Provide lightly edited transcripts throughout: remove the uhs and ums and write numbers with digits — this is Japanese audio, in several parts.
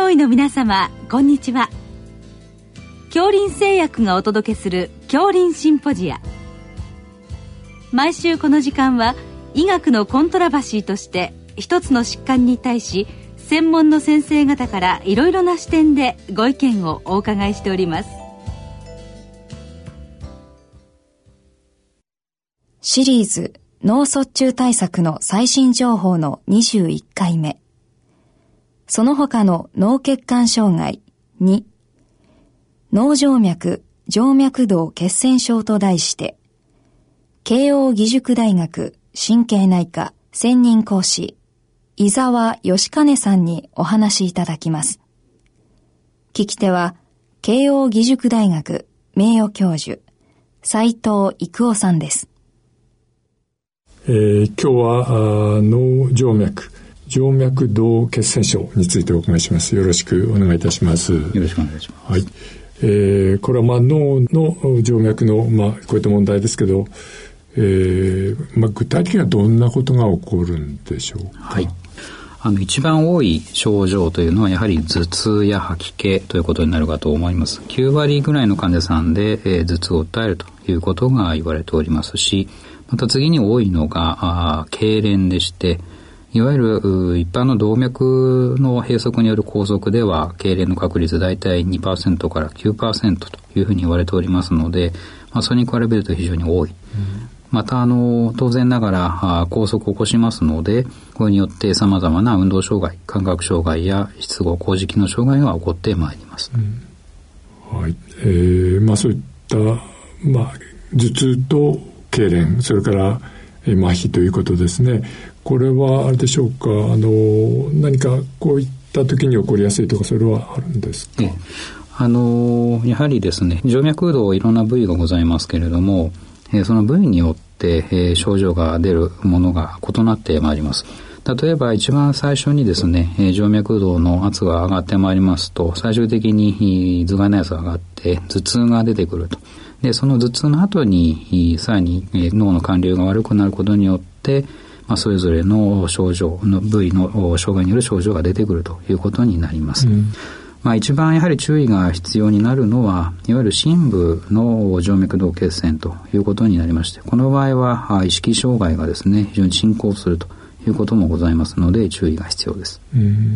医の皆様、こんにちは。杏林製薬がお届けする杏林シンポジア。毎週この時間は医学のコントラバシーとして一つの疾患に対し専門の先生方からいろいろな視点でご意見をお伺いしております。 シリーズ脳卒中対策の最新情報の21回目。その他の脳血管障害2、脳静脈、静脈動血栓症と題して、慶應義塾大学神経内科専任講師、伊沢義兼さんにお話しいただきます。聞き手は、慶應義塾大学名誉教授、斉藤育夫さんです。 今日は脳静脈、静脈動血栓症についてお伺いします。よろしくお願いいたします。よろしくお願いします。 はい。これは脳の静脈のこういった問題ですけど、具体的にはどんなことが起こるんでしょうか。 はい。一番多い症状というのはやはり頭痛や吐き気ということになるかと思います。9割ぐらいの患者さんで、頭痛を訴えるということが言われておりますし、また次に多いのが痙攣でして、いわゆる一般の動脈の閉塞による拘束では痙攣の確率だいたい 2% から 9% というふうに言われておりますので、それに比べると非常に多い。また当然ながら拘束を起こしますので、これによって様々な運動障害、感覚障害や失語、後期の障害が起こってまいります。 はい。そういった頭痛と痙攣、それから麻痺ということですね。これはあれでしょうか、何かこういった時に起こりやすいとか、それはあるんですか。やはりですね、静脈動いろんな部位がございますけれども、その部位によって、症状が出るものが異なってまいります。例えば一番最初にですね、静脈動の圧が上がってまいりますと、最終的に頭蓋内圧が上がって頭痛が出てくると。で、その頭痛の後にさらに脳の管理が悪くなることによって、それぞれの症状の部位の障害による症状が出てくるということになります。一番やはり注意が必要になるのは、いわゆる深部の静脈動血栓ということになりまして、この場合は意識障害がですね、非常に進行するということもございますので、注意が必要です。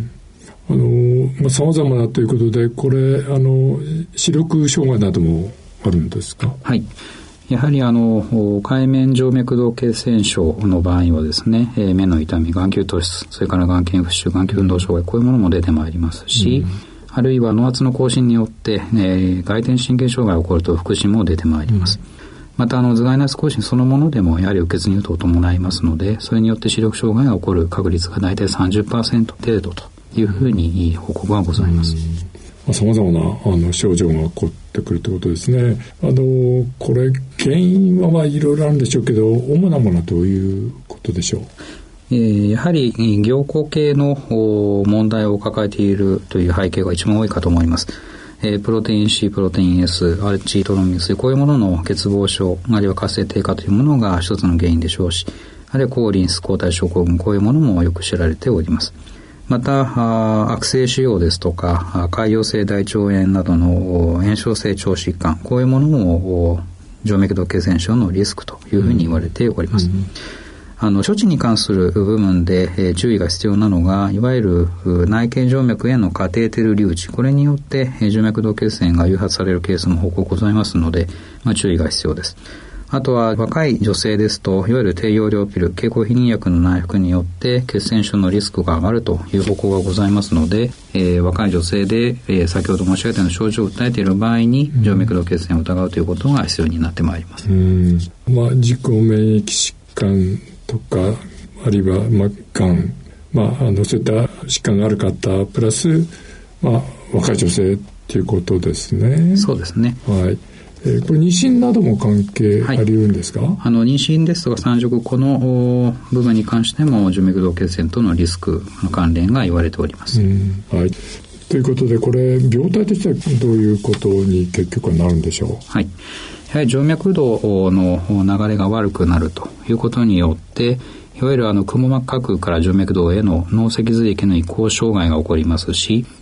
様々なということで、これ視力障害などもあるんですか。 はい。やはり界面静脈動血栓症の場合はですね、目の痛み、眼球突出、それから眼瞼浮腫、眼球運動障害、こういうものも出てまいりますし、あるいは脳圧の更新によって、外転神経障害が起こると腹診も出てまいります。また頭蓋内圧更新そのものでもやはり受血乳頭を伴いますので、それによって視力障害が起こる確率が大体 30% 程度というふうに報告がございます。 様々な症状が起こってくるということですね。これ原因はいろいろあるんでしょうけど、主なものはどういうことでしょう。 やはり凝固系の問題を抱えているという背景が一番多いかと思います。プロテイン C、プロテイン S、アルチトロミン水、こういうものの欠乏症、あるいは活性低下というものが一つの原因でしょうし、あるいは抗リンス抗体症候群、こういうものもよく知られております。また悪性腫瘍ですとか潰瘍性大腸炎などの炎症性腸疾患、こういうものも静脈動血栓症のリスクというふうに言われております。処置に関する部分で、注意が必要なのが、いわゆる内径静脈へのカテーテル留置、これによって静脈動血栓が誘発されるケースも報告ございますので、注意が必要です。あとは若い女性ですと、いわゆる低用量ピル、経口避妊薬の内服によって血栓症のリスクが上がるという報告がございますので、若い女性で、先ほど申し上げたような症状を訴えている場合に静脈動血栓を疑うということが必要になってまいります。 自己免疫疾患とか、あるいはがん、そういった疾患がある方プラス、若い女性ということですね。 そうですね。 はい。これ妊娠なども関係あり得るんですか。 妊娠ですとか産褥、この部分に関しても静脈動血栓とのリスクの関連が言われております。 はい。ということで、これ病態としてはどういうことに結局はなるんでしょう。 はい。やはり静脈動の流れが悪くなるということによって、いわゆるくも膜下腔から静脈動への脳脊髄液の移行障害が起こりますし、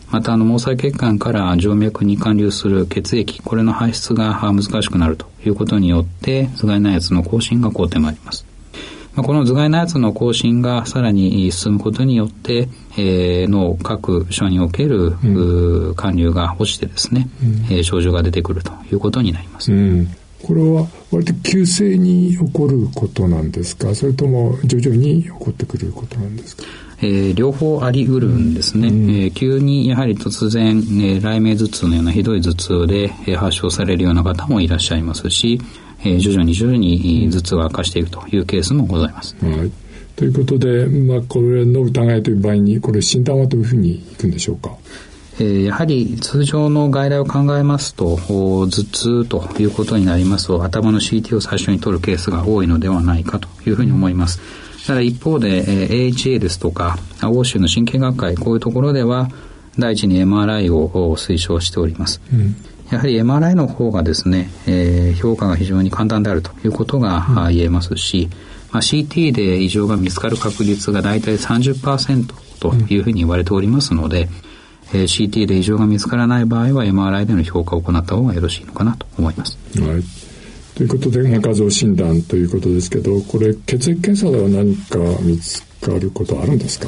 また毛細血管から静脈に貫流する血液、これの排出が難しくなるということによって頭蓋内圧の更新が起こってまいります。この頭蓋内圧の更新がさらに進むことによって、脳各所における、貫流が落ちてですね、症状が出てくるということになります。 これは割と急性に起こることなんですか、それとも徐々に起こってくることなんですか？ 両方あり得るんですね。急にやはり突然、雷鳴頭痛のようなひどい頭痛で、発症されるような方もいらっしゃいますし、徐々に頭痛が悪化していくというケースもございます。 はい、ということで、これの疑いという場合にこれ診断はどういうふうにいくんでしょうか？ やはり通常の外来を考えますと、頭痛ということになりますと、頭の CT を最初に取るケースが多いのではないかというふうに思います。ただ一方で、AHA ですとか欧州の神経学会、こういうところでは第一に MRI を推奨しております。やはり MRI の方がですね、評価が非常に簡単であるということが言えますし、CT で異常が見つかる確率がだいたい 30% というふうに言われておりますので、CT で異常が見つからない場合は MRI での評価を行った方がよろしいのかなと思います。 はい、ということで、画像診断ということですけど、これ血液検査では何か見つかることあるんですか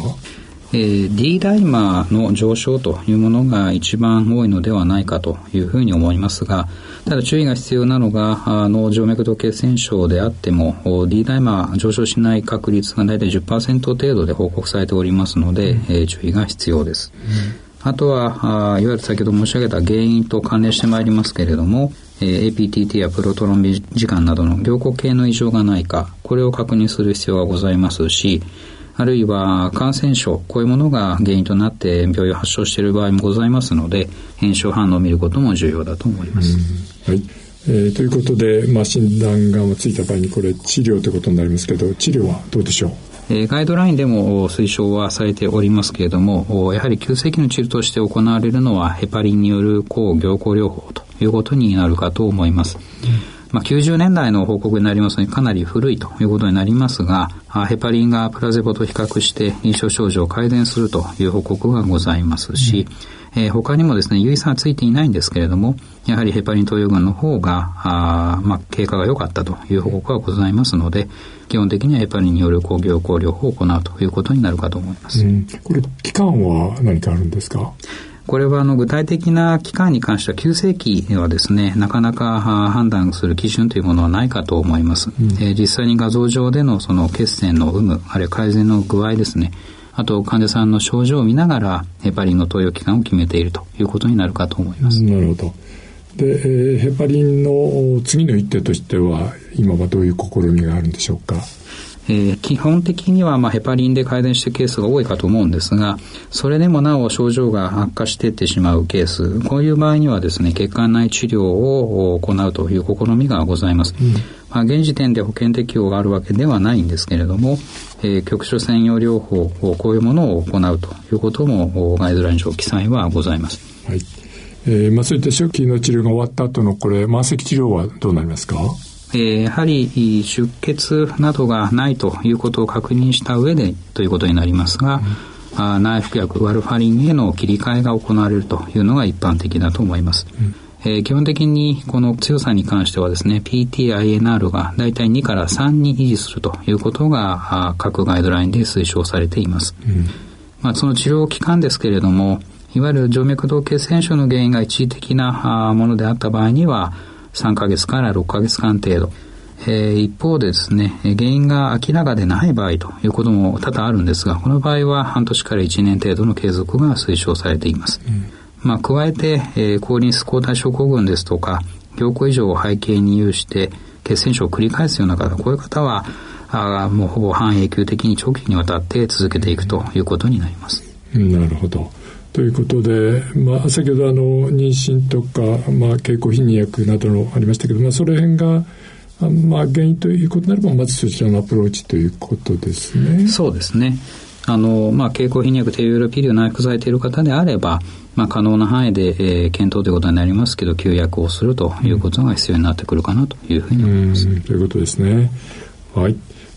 ？D ダイマーの上昇というものが一番多いのではないかというふうに思いますが、ただ注意が必要なのが脳静脈洞血栓症であっても D ダイマー上昇しない確率がだいたい 10% 程度で報告されておりますので、注意が必要です。あとはいわゆる先ほど申し上げた原因と関連してまいりますけれども、APTT やプロトロンビ時間などの凝固系の異常がないか、これを確認する必要がございますし、あるいは感染症、こういうものが原因となって病院を発症している場合もございますので、炎症反応を見ることも重要だと思います。 はい、ということで、診断がついた場合にこれ治療ということになりますけど、治療はどうでしょう？ ガイドラインでも推奨はされておりますけれども、やはり急性期の治療として行われるのはヘパリンによる抗凝固療法ということになるかと思います。90年代の報告になりますのでかなり古いということになりますが、ヘパリンがプラゼボと比較して臨床症状を改善するという報告がございますし、他にもですね、有意差はついていないんですけれども、やはりヘパリン投与群の方が経過が良かったという報告がございますので、基本的にはヘパリンによる抗凝固療法を行うということになるかと思います。 これ期間は何かあるんですか？ これは具体的な期間に関しては急性期はですね、なかなか判断する基準というものはないかと思います。実際に画像上でのその血栓の有無、あるいは改善の具合ですね、あと患者さんの症状を見ながらヘパリンの投与期間を決めているということになるかと思います。 なるほど。で、ヘパリンの次の一手としては今はどういう試みがあるんでしょうか？ 基本的にはヘパリンで改善しているケースが多いかと思うんですが、それでもなお症状が悪化していってしまうケース、こういう場合にはですね、血管内治療を行うという試みがございます。現時点で保険適用があるわけではないんですけれども、局所専用療法、こういうものを行うということもガイドライン上記載はございます。 はい。そういった初期の治療が終わった後のこれ慢性治療はどうなりますか？ やはり出血などがないということを確認した上でということになりますが、内服薬ワルファリンへの切り替えが行われるというのが一般的だと思います。基本的にこの強さに関してはですね、PTINR がだいたい2から3に維持するということが各ガイドラインで推奨されています。その治療期間ですけれども、いわゆる静脈洞血栓症の原因が一時的なものであった場合には3ヶ月から6ヶ月間程度、一方でですね、原因が明らかでない場合ということも多々あるんですが、この場合は半年から1年程度の継続が推奨されています。加えて、高リンス抗体症候群ですとか凝固異常を背景に有して血栓症を繰り返すような方、こういう方はもうほぼ半永久的に長期にわたって続けていくということになります。 なるほど。ということで、先ほど妊娠とか、経口避妊薬などのありましたけど、それ辺が、原因ということになればまずそちらのアプローチということですね。 そうですね。経口避妊薬、低用量ピルを内服されている方であれば、可能な範囲で、検討ということになりますけど、休薬をするということが必要になってくるかなというふうに思います。 ということですね。はい。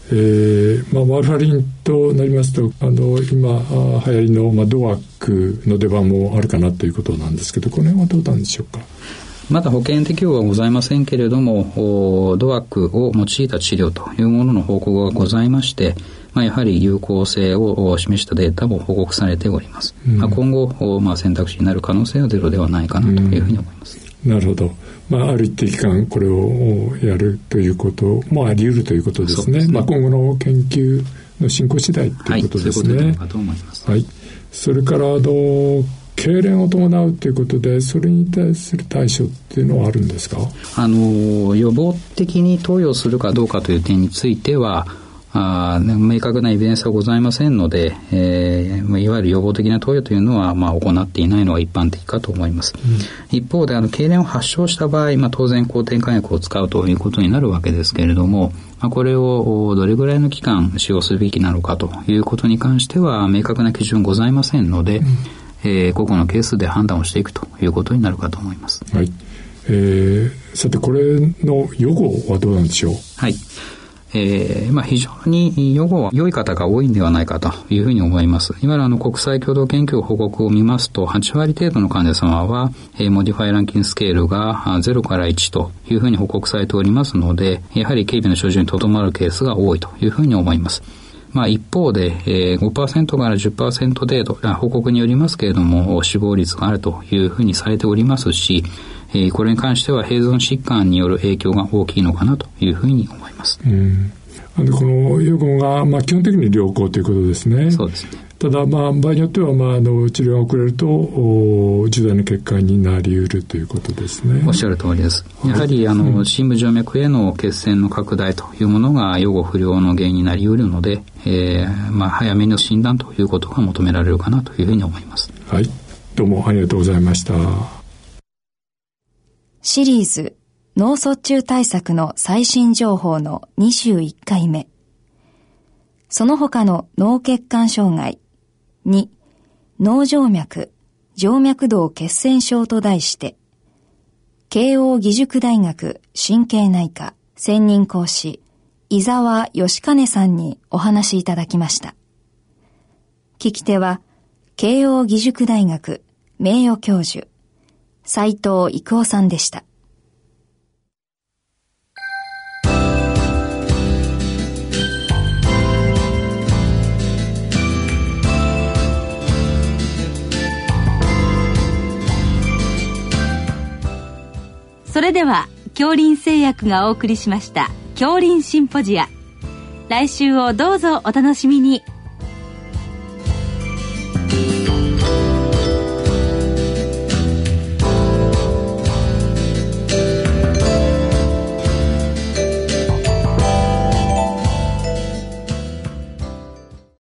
ワルファリンとなりますと今流行りの、ドワックの出番もあるかなということなんですけど、この辺はどうなんでしょうか。 まだ保険適用はございませんけれども、ドワックを用いた治療というものの報告がございまして、やはり有効性を示したデータも報告されております。今後、選択肢になる可能性はゼロではないかなというふうに思います。 なるほど。ある一定期間これをやるということもあり得るということですね。今後の研究の進行次第ということですね。 そういうことかと思います。 はい。それから痙攣を伴うということで、それに対する対処っていうのはあるんですか。 予防的に投与するかどうかという点については明確なエビデンスはございませんので、いわゆる予防的な投与というのは、行っていないのが一般的かと思います。一方で痙攣を発症した場合、当然抗てんか薬を使うということになるわけですけれども、これをどれぐらいの期間使用すべきなのかということに関しては明確な基準ございませんので、個々のケースで判断をしていくということになるかと思います。 はい。さてこれの予後はどうなんでしょう。 はい。非常に予後は良い方が多いんではないかというふうに思います。いわゆる国際共同研究報告を見ますと、8割程度の患者様は、モディファイランキングスケールが0から1というふうに報告されておりますので、やはり軽微な症状にとどまるケースが多いというふうに思います。一方で、5% から 10% 程度、報告によりますけれども、死亡率があるというふうにされておりますし、これに関しては併存疾患による影響が大きいのかなというふうに思います。 この予後が、基本的に良好ということですね。 そうですね。 ただ、場合によっては、治療が遅れると重大な血管になりうるということですね。 おっしゃる通りです。やはり深部静脈への血栓の拡大というものが予後不良の原因になりうるので、早めの診断ということが求められるかなというふうに思います。 はい、どうもありがとうございました。 シリーズ脳卒中対策の最新情報の21回目。その他の脳血管障害。2、脳静脈、静脈動血栓症と題して、慶應義塾大学神経内科専任講師、伊沢義兼さんにお話しいただきました。聞き手は、慶應義塾大学名誉教授、斉藤育夫さんでした。 それでは杏林製薬がお送りしました杏林シンポジア、来週をどうぞお楽しみに。